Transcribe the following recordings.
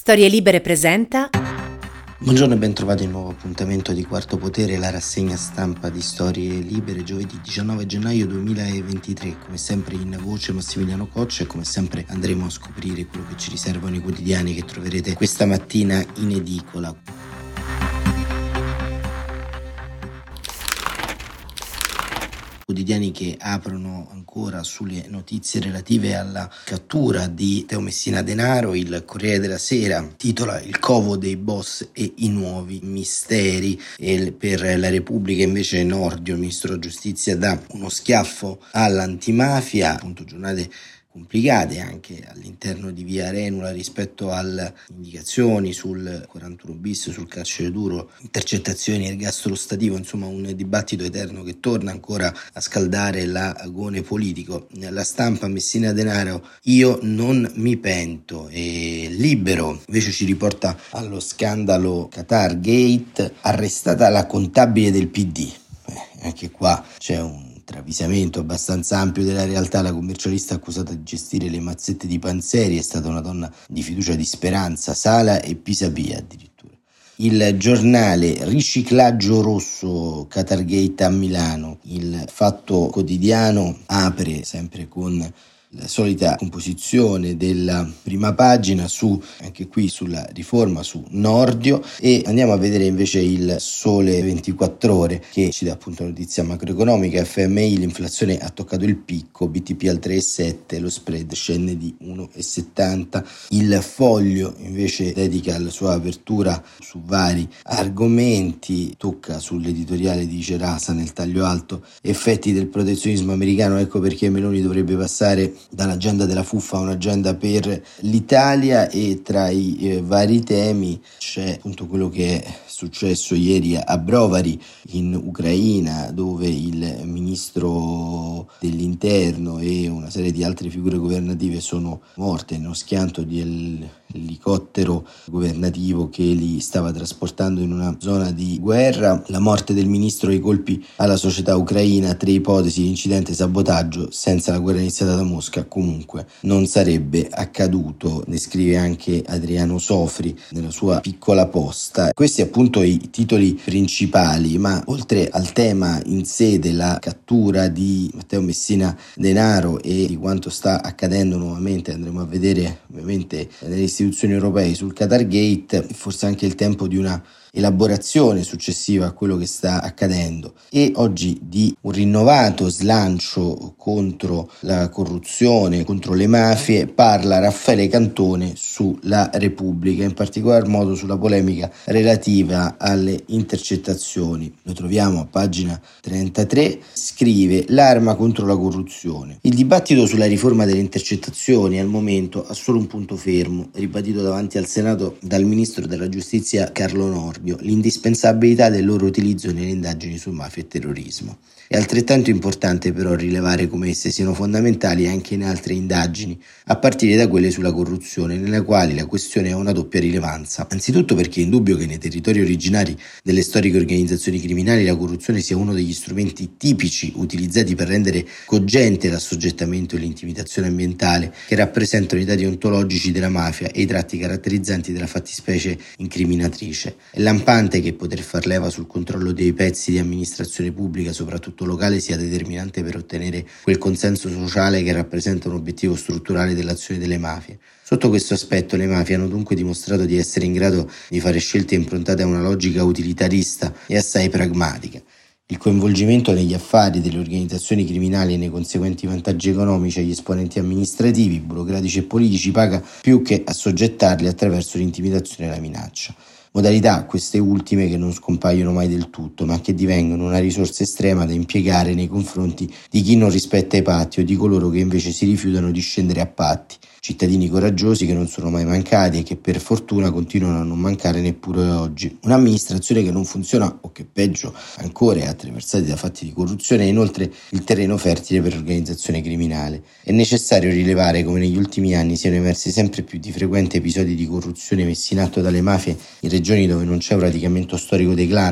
Storie Libere presenta. Buongiorno e ben trovati in un nuovo appuntamento di Quarto Potere, la rassegna stampa di Storie Libere, giovedì 19 gennaio 2023. Come sempre in voce Massimiliano Coccia e come sempre andremo a scoprire quello che ci riservano i quotidiani che troverete questa mattina in edicola. Quotidiani che aprono ancora sulle notizie relative alla cattura di Matteo Messina Denaro. Il Corriere della Sera titola "Il covo dei boss e i nuovi misteri", e per la Repubblica invece Nordio, il ministro della giustizia, dà uno schiaffo all'antimafia. Appunto, giornate complicate anche all'interno di Via Arenula rispetto alle indicazioni sul 41 bis, sul carcere duro, intercettazioni e ergastolo stativo, insomma un dibattito eterno che torna ancora a scaldare l'agone politico. La Stampa, Messina Denaro, io non mi pento, e Libero invece ci riporta allo scandalo Qatar Gate, arrestata la contabile del PD. Anche qua c'è un travisamento abbastanza ampio della realtà. La commercialista accusata di gestire le mazzette di Panzeri è stata una donna di fiducia di Speranza, Sala e Pisapia addirittura. Il Giornale, riciclaggio rosso, Qatargate a Milano. Il Fatto Quotidiano apre sempre con la solita composizione della prima pagina anche qui sulla riforma, su Nordio, e andiamo a vedere invece il Sole 24 Ore che ci dà appunto notizia macroeconomica. FMI, l'inflazione ha toccato il picco, BTP al 3,7, lo spread scende di 1,70. Il Foglio invece dedica la sua apertura su vari argomenti, tocca sull'editoriale di Cerasa nel taglio alto: effetti del protezionismo americano, ecco perché Meloni dovrebbe passare dall'agenda della fuffa a un'agenda per l'Italia. E tra i vari temi c'è appunto quello che è successo ieri a Brovary in Ucraina, dove il ministro dell'interno e una serie di altre figure governative sono morte nello schianto dell'elicottero governativo che li stava trasportando in una zona di guerra. La morte del ministro e i colpi alla società ucraina, 3 ipotesi di incidente e sabotaggio. Senza la guerra iniziata da Mosca comunque non sarebbe accaduto, ne scrive anche Adriano Sofri nella sua piccola posta. Questi appunto i titoli principali, ma oltre al tema in sé della cattura di Matteo Messina Denaro e di quanto sta accadendo nuovamente, andremo a vedere ovviamente nelle istituzioni europee sul Qatar Gate, forse anche il tempo di una elaborazione successiva a quello che sta accadendo, e oggi di un rinnovato slancio contro la corruzione, contro le mafie, parla Raffaele Cantone sulla Repubblica, in particolar modo sulla polemica relativa alle intercettazioni. Lo troviamo a pagina 33, scrive: l'arma contro la corruzione. Il dibattito sulla riforma delle intercettazioni al momento ha solo un punto fermo, ribadito davanti al Senato dal ministro della giustizia Carlo Nordio: l'indispensabilità del loro utilizzo nelle indagini su mafia e terrorismo. È altrettanto importante però rilevare come esse siano fondamentali anche in altre indagini, a partire da quelle sulla corruzione, nelle quali la questione ha una doppia rilevanza. Anzitutto perché è indubbio che nei territori originari delle storiche organizzazioni criminali la corruzione sia uno degli strumenti tipici utilizzati per rendere cogente l'assoggettamento e l'intimidazione ambientale, che rappresentano i dati ontologici della mafia e i tratti caratterizzanti della fattispecie incriminatrice. È lampante che poter far leva sul controllo dei pezzi di amministrazione pubblica, soprattutto locale, sia determinante per ottenere quel consenso sociale che rappresenta un obiettivo strutturale dell'azione delle mafie. Sotto questo aspetto le mafie hanno dunque dimostrato di essere in grado di fare scelte improntate a una logica utilitarista e assai pragmatica. Il coinvolgimento negli affari delle organizzazioni criminali e nei conseguenti vantaggi economici agli esponenti amministrativi, burocratici e politici paga più che assoggettarli attraverso l'intimidazione e la minaccia. Modalità queste ultime che non scompaiono mai del tutto, ma che divengono una risorsa estrema da impiegare nei confronti di chi non rispetta i patti o di coloro che invece si rifiutano di scendere a patti. Cittadini coraggiosi che non sono mai mancati e che per fortuna continuano a non mancare neppure oggi. Un'amministrazione che non funziona o che peggio ancora è attraversata da fatti di corruzione è inoltre il terreno fertile per l'organizzazione criminale. È necessario rilevare come negli ultimi anni siano emersi sempre più di frequenti episodi di corruzione messi in atto dalle mafie in regioni dove non c'è un radicamento storico dei clan.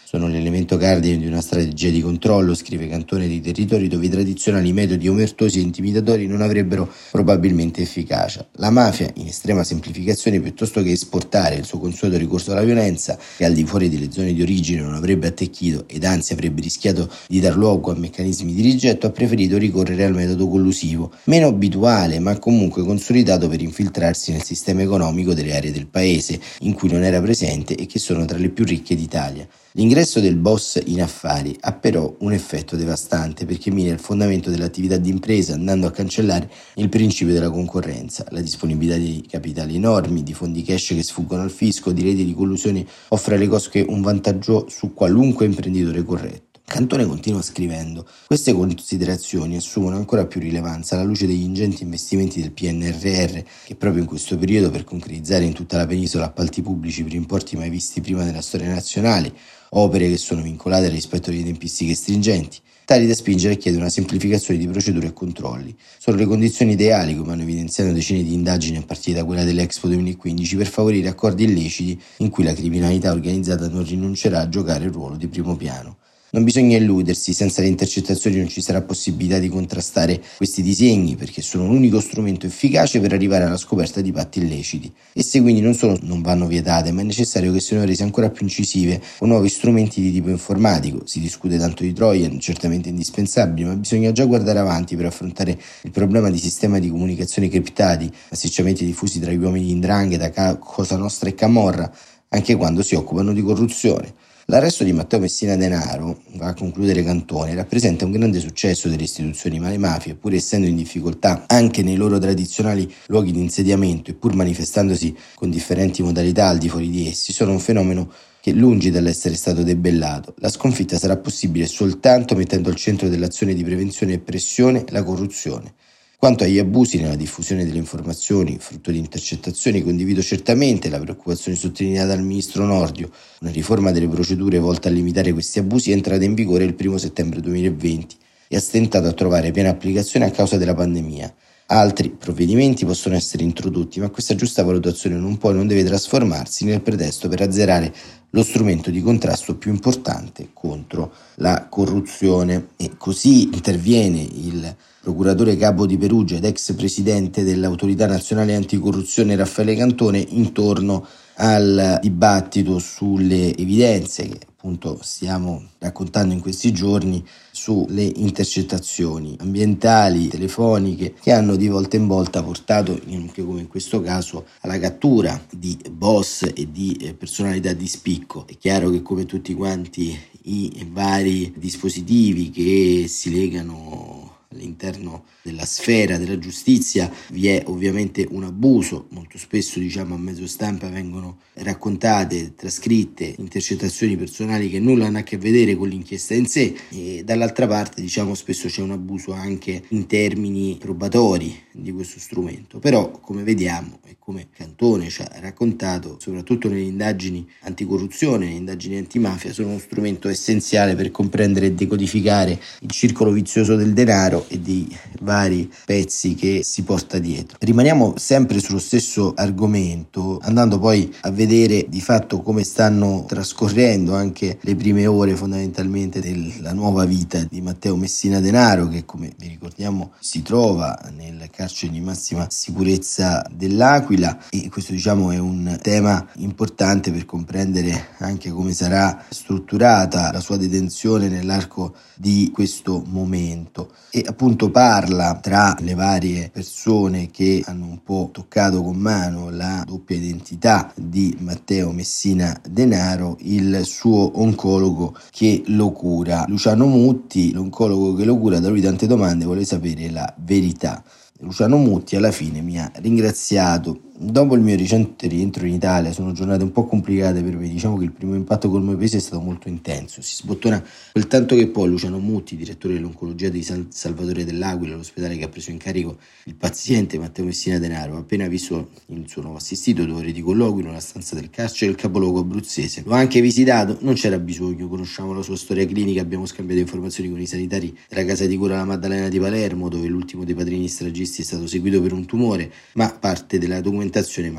sono l'elemento cardine di una strategia di controllo, scrive Cantone, di territori dove i tradizionali metodi omertosi e intimidatori non avrebbero probabilmente efficacia. La mafia, in estrema semplificazione, piuttosto che esportare il suo consueto ricorso alla violenza, che al di fuori delle zone di origine non avrebbe attecchito ed anzi avrebbe rischiato di dar luogo a meccanismi di rigetto, ha preferito ricorrere al metodo collusivo, meno abituale ma comunque consolidato per infiltrarsi nel sistema economico delle aree del paese in cui non era presente e che sono tra le più ricche d'Italia. L'ingresso del boss in affari ha però un effetto devastante perché mina il fondamento dell'attività di impresa andando a cancellare il principio della concorrenza, la disponibilità di capitali enormi, di fondi cash che sfuggono al fisco, di reti di collusione offre alle cosche un vantaggio su qualunque imprenditore corretto. Cantone continua scrivendo: queste considerazioni assumono ancora più rilevanza alla luce degli ingenti investimenti del PNRR che proprio in questo periodo, per concretizzare in tutta la penisola appalti pubblici per importi mai visti prima nella storia nazionale, opere che sono vincolate al rispetto delle tempistiche stringenti, tali da spingere a chiedere una semplificazione di procedure e controlli. Sono le condizioni ideali, come hanno evidenziato decine di indagini a partire da quella dell'Expo 2015, per favorire accordi illeciti in cui la criminalità organizzata non rinuncerà a giocare il ruolo di primo piano. Non bisogna illudersi, senza le intercettazioni non ci sarà possibilità di contrastare questi disegni, perché sono l'unico strumento efficace per arrivare alla scoperta di patti illeciti. Esse quindi non solo non vanno vietate, ma è necessario che siano rese ancora più incisive con nuovi strumenti di tipo informatico. Si discute tanto di Trojan, certamente indispensabili, ma bisogna già guardare avanti per affrontare il problema di sistemi di comunicazione criptati, massicciamente diffusi tra gli uomini di 'ndrangheta, Cosa Nostra e Camorra, anche quando si occupano di corruzione. L'arresto di Matteo Messina Denaro, va a concludere Cantone, rappresenta un grande successo delle istituzioni, ma le mafie, pur essendo in difficoltà anche nei loro tradizionali luoghi di insediamento e pur manifestandosi con differenti modalità al di fuori di essi, sono un fenomeno che, lungi dall'essere stato debellato, la sconfitta sarà possibile soltanto mettendo al centro dell'azione di prevenzione e pressione la corruzione. Quanto agli abusi nella diffusione delle informazioni, frutto di intercettazioni, condivido certamente la preoccupazione sottolineata dal ministro Nordio. Una riforma delle procedure volta a limitare questi abusi è entrata in vigore il 1 settembre 2020 e ha stentato a trovare piena applicazione a causa della pandemia. Altri provvedimenti possono essere introdotti, ma questa giusta valutazione non può e non deve trasformarsi nel pretesto per azzerare lo strumento di contrasto più importante contro la corruzione. E così interviene il procuratore capo di Perugia ed ex presidente dell'Autorità Nazionale Anticorruzione Raffaele Cantone intorno al dibattito sulle evidenze che appunto stiamo raccontando in questi giorni sulle intercettazioni ambientali, telefoniche, che hanno di volta in volta portato, anche come in questo caso, alla cattura di boss e di personalità di spicco. È chiaro che, come tutti quanti i vari dispositivi che si legano all'interno della sfera della giustizia, vi è ovviamente un abuso. Molto spesso, a mezzo stampa vengono raccontate, trascritte intercettazioni personali che nulla hanno a che vedere con l'inchiesta in sé, e dall'altra parte spesso c'è un abuso anche in termini probatori di questo strumento. Però, come vediamo e come Cantone ci ha raccontato, soprattutto nelle indagini anticorruzione, nelle indagini antimafia, sono uno strumento essenziale per comprendere e decodificare il circolo vizioso del denaro e dei vari pezzi che si porta dietro. Rimaniamo sempre sullo stesso argomento, andando poi a vedere di fatto come stanno trascorrendo anche le prime ore fondamentalmente della nuova vita di Matteo Messina Denaro, che, come vi ricordiamo, si trova nel carcere di massima sicurezza dell'Aquila, e questo è un tema importante per comprendere anche come sarà strutturata la sua detenzione nell'arco di questo momento. E appunto parla, tra le varie persone che hanno un po' toccato con mano la doppia identità di Matteo Messina Denaro, il suo oncologo che lo cura. Luciano Mutti, l'oncologo che lo cura, da lui tante domande, vuole sapere la verità. Luciano Mutti alla fine mi ha ringraziato. Dopo il mio recente rientro in Italia sono giornate un po' complicate per me, che il primo impatto col mio paese è stato molto intenso. Si sbottona quel tanto che poi Luciano Mutti, direttore dell'oncologia di San Salvatore dell'Aquila, l'ospedale che ha preso in carico il paziente Matteo Messina Denaro, appena visto il suo nuovo assistito 2 ore di colloquio in una stanza del carcere del capoluogo abruzzese. L'ho anche visitato, non c'era bisogno, conosciamo la sua storia clinica, abbiamo scambiato informazioni con i sanitari della casa di cura La Maddalena di Palermo, dove l'ultimo dei padrini stragisti è stato seguito per un tumore, ma parte della documentazione manca.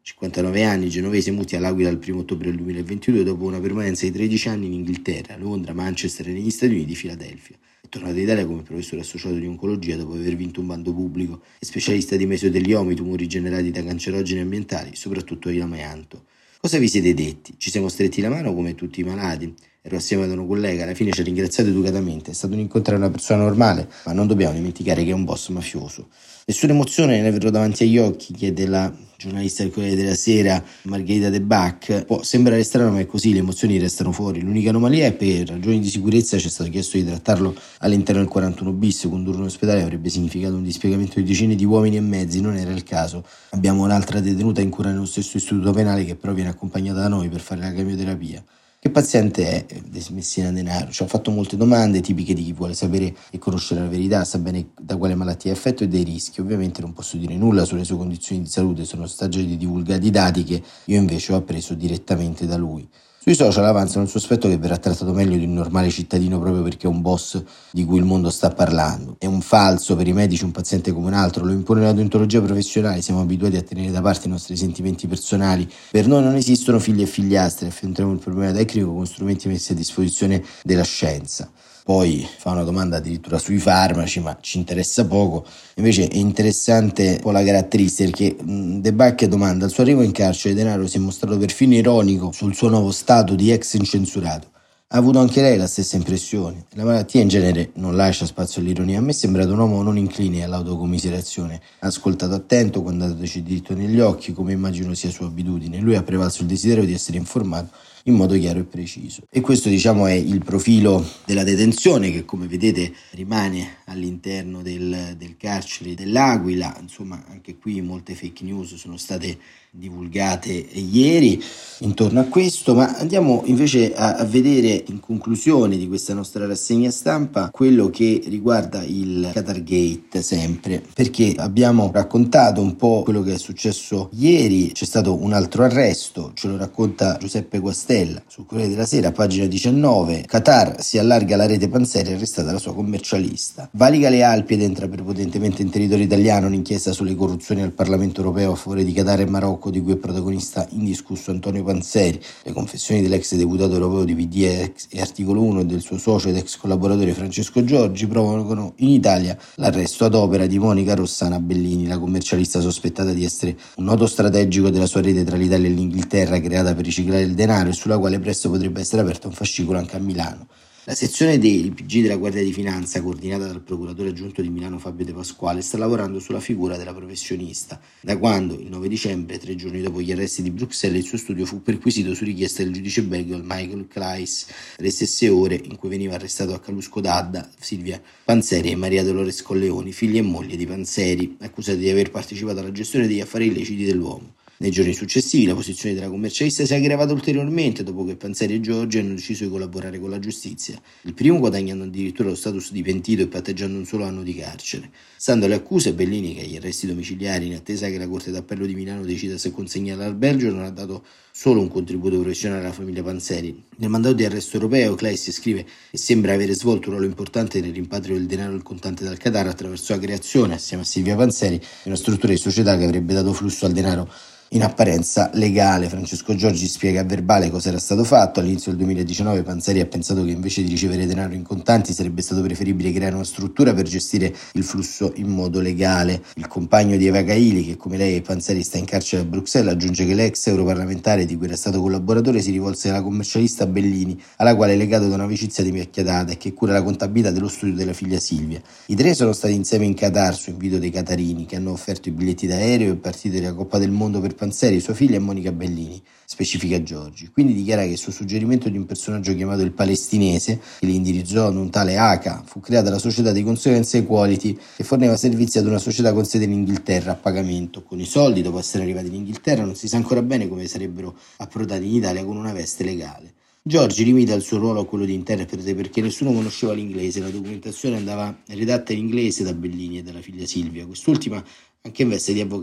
59 anni, genovese, muti all'Aquila il 1 ottobre del 2022 dopo una permanenza di 13 anni in Inghilterra, Londra, Manchester e negli Stati Uniti, Filadelfia. È tornato in Italia come professore associato di oncologia dopo aver vinto un bando pubblico. È specialista di mesoteliomi, tumori generati da cancerogeni ambientali, soprattutto di amianto. Cosa vi siete detti? Ci siamo stretti la mano come tutti i malati? Ero assieme ad un collega, alla fine ci ha ringraziato educatamente, è stato un incontrare una persona normale, ma non dobbiamo dimenticare che è un boss mafioso. Nessuna emozione ne avrò davanti agli occhi, chiede la giornalista del Corriere della Sera Margherita De Bach. Può sembrare strano, ma è così, le emozioni restano fuori. L'unica anomalia è per ragioni di sicurezza ci è stato chiesto di trattarlo all'interno del 41 bis, condurre in ospedale avrebbe significato un dispiegamento di decine di uomini e mezzi, non era il caso. Abbiamo un'altra detenuta in cura nello stesso istituto penale che però viene accompagnata da noi per fare la chemioterapia. Che paziente è Messina Denaro? Ci ha fatto molte domande tipiche di chi vuole sapere e conoscere la verità, sa bene da quale malattia è affetto e dei rischi. Ovviamente non posso dire nulla sulle sue condizioni di salute, sono stati divulgati dati che io invece ho appreso direttamente da lui. Sui social avanzano il sospetto che verrà trattato meglio di un normale cittadino proprio perché è un boss di cui il mondo sta parlando. È un falso per i medici, un paziente come un altro, lo impone la deontologia professionale, siamo abituati a tenere da parte i nostri sentimenti personali. Per noi non esistono figli e figliastri, affrontiamo il problema tecnico con strumenti messi a disposizione della scienza. Poi fa una domanda addirittura sui farmaci, ma ci interessa poco. Invece è interessante un po' la caratteristica, perché De Bacche domanda: al suo arrivo in carcere Denaro si è mostrato perfino ironico sul suo nuovo stato di ex incensurato. Ha avuto anche lei la stessa impressione? La malattia in genere non lascia spazio all'ironia. A me è sembrato un uomo non incline all'autocommiserazione. Ha ascoltato attento, guardandoci diritto negli occhi, come immagino sia sua abitudine. Lui ha prevalso il desiderio di essere informato in modo chiaro e preciso. E questo, diciamo, è il profilo della detenzione, che come vedete rimane all'interno del carcere dell'Aquila. Insomma, anche qui molte fake news sono state divulgate ieri intorno a questo, ma andiamo invece a vedere, in conclusione di questa nostra rassegna stampa, quello che riguarda il Qatar Gate, sempre perché abbiamo raccontato un po' quello che è successo ieri. C'è stato un altro arresto, ce lo racconta Giuseppe Guastella sul Corriere della Sera, pagina 19. Qatar si allarga la rete Panzeri, arrestata la sua commercialista. Valica le Alpi ed entra prepotentemente in territorio italiano un'inchiesta sulle corruzioni al Parlamento europeo a favore di Qatar e Marocco, di cui è protagonista indiscusso Antonio Panzeri. Le confessioni dell'ex deputato europeo di PD e Articolo 1 e del suo socio ed ex collaboratore Francesco Giorgi provocano in Italia l'arresto ad opera di Monica Rossana Bellini, la commercialista sospettata di essere un nodo strategico della sua rete tra l'Italia e l'Inghilterra, creata per riciclare il denaro e sulla quale presto potrebbe essere aperto un fascicolo anche a Milano. La sezione dei PG della Guardia di Finanza, coordinata dal procuratore aggiunto di Milano Fabio De Pasquale, sta lavorando sulla figura della professionista. Da quando, il 9 dicembre, 3 giorni dopo gli arresti di Bruxelles, il suo studio fu perquisito su richiesta del giudice belga Michael Claes, le stesse ore in cui veniva arrestato a Calusco d'Adda Silvia Panzeri e Maria Dolores Colleoni, figlia e moglie di Panzeri, accusati di aver partecipato alla gestione degli affari illeciti dell'uomo. Nei giorni successivi la posizione della commercialista si è aggravata ulteriormente dopo che Panzeri e Giorgi hanno deciso di collaborare con la giustizia, il primo guadagnando addirittura lo status di pentito e patteggiando un solo anno di carcere. Stando alle accuse, Bellini, che agli arresti domiciliari in attesa che la Corte d'Appello di Milano decida se consegnarla al Belgio, non ha dato solo un contributo professionale alla famiglia Panzeri. Nel mandato di arresto europeo Claes scrive che sembra avere svolto un ruolo importante nel rimpatrio del denaro e il contante dal Qatar attraverso la creazione, assieme a Silvia Panzeri, di una struttura di società che avrebbe dato flusso al denaro in apparenza legale. Francesco Giorgi spiega a verbale cosa era stato fatto. All'inizio del 2019 Panzeri ha pensato che invece di ricevere denaro in contanti sarebbe stato preferibile creare una struttura per gestire il flusso in modo legale. Il compagno di Eva Kaili, che come lei e Panzeri sta in carcere a Bruxelles, aggiunge che l'ex europarlamentare di cui era stato collaboratore si rivolse alla commercialista Bellini, alla quale è legato da un'amicizia dimiacchiatata e che cura la contabilità dello studio della figlia Silvia. I tre sono stati insieme in Qatar su invito dei qatarini, che hanno offerto i biglietti d'aereo e partite della Coppa del Mondo per Panzeri, sua figlia e Monica Bellini, specifica Giorgi. Quindi dichiara che su suggerimento di un personaggio chiamato il Palestinese, che li indirizzò ad un tale Aka, fu creata la società di Consequence Equality, che forniva servizi ad una società con sede in Inghilterra a pagamento. Con i soldi, dopo essere arrivati in Inghilterra, non si sa ancora bene come sarebbero approdati in Italia con una veste legale. Giorgi limita il suo ruolo a quello di interprete perché nessuno conosceva l'inglese, la documentazione andava redatta in inglese da Bellini e dalla figlia Silvia, quest'ultima anche in veste di avvocato.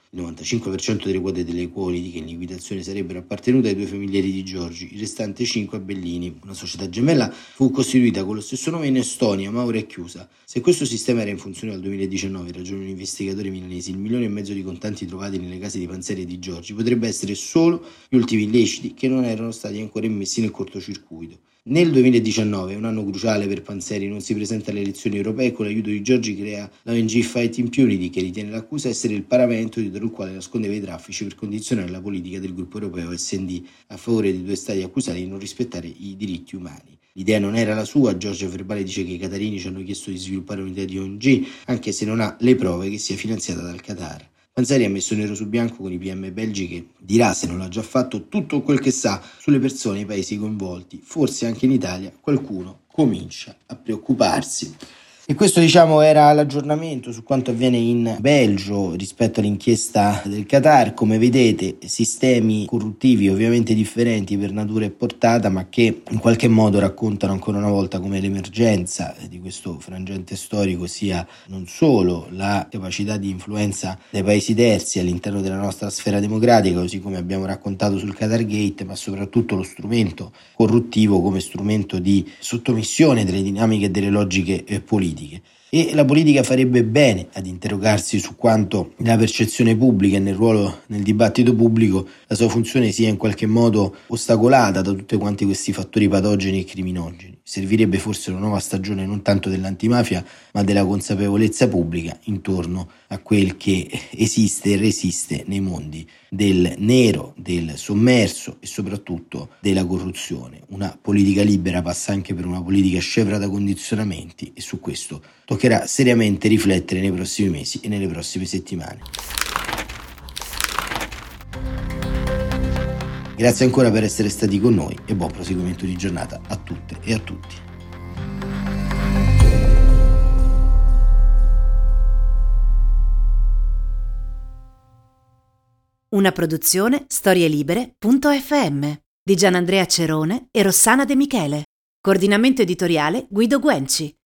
Il 95% delle quote delle Quality in liquidazione sarebbero appartenute ai 2 familiari di Giorgi, il restante 5 a Bellini. Una società gemella fu costituita con lo stesso nome in Estonia, ma ora è chiusa. Se questo sistema era in funzione dal 2019, ragionano investigatori milanesi, il 1,5 milioni di contanti trovati nelle case di Panzeri e di Giorgi potrebbe essere solo gli ultimi illeciti che non erano stati ancora immessi nel cortocircuito. Nel 2019, un anno cruciale per Panzeri, non si presenta alle elezioni europee e con l'aiuto di Giorgi crea la ONG Fight Impunity, che ritiene l'accusa essere il paravento dietro il quale nascondeva i traffici per condizionare la politica del gruppo europeo SD a favore dei 2 stati accusati di non rispettare i diritti umani. L'idea non era la sua, Giorgio Verbale dice che i catarini ci hanno chiesto di sviluppare un'idea di ONG, anche se non ha le prove che sia finanziata dal Qatar. Panzeri ha messo nero su bianco con i PM belgi che dirà, se non l'ha già fatto, tutto quel che sa sulle persone e i paesi coinvolti. Forse anche in Italia qualcuno comincia a preoccuparsi. E questo era l'aggiornamento su quanto avviene in Belgio rispetto all'inchiesta del Qatar. Come vedete, sistemi corruttivi ovviamente differenti per natura e portata, ma che in qualche modo raccontano ancora una volta come l'emergenza di questo frangente storico sia non solo la capacità di influenza dei paesi terzi all'interno della nostra sfera democratica, così come abbiamo raccontato sul Qatar Gate, ma soprattutto lo strumento corruttivo come strumento di sottomissione delle dinamiche e delle logiche politiche. E la politica farebbe bene ad interrogarsi su quanto nella percezione pubblica e nel ruolo nel dibattito pubblico la sua funzione sia in qualche modo ostacolata da tutti quanti questi fattori patogeni e criminogeni. Servirebbe forse una nuova stagione non tanto dell'antimafia, ma della consapevolezza pubblica intorno a quel che esiste e resiste nei mondi del nero, del sommerso e soprattutto della corruzione. Una politica libera passa anche per una politica scevra da condizionamenti e su questo toccherà seriamente riflettere nei prossimi mesi e nelle prossime settimane. Grazie ancora per essere stati con noi e buon proseguimento di giornata a tutte e a tutti. Una produzione storielibere.fm di Gianandrea Cerone e Rossana De Michele. Coordinamento editoriale Guido Guenci.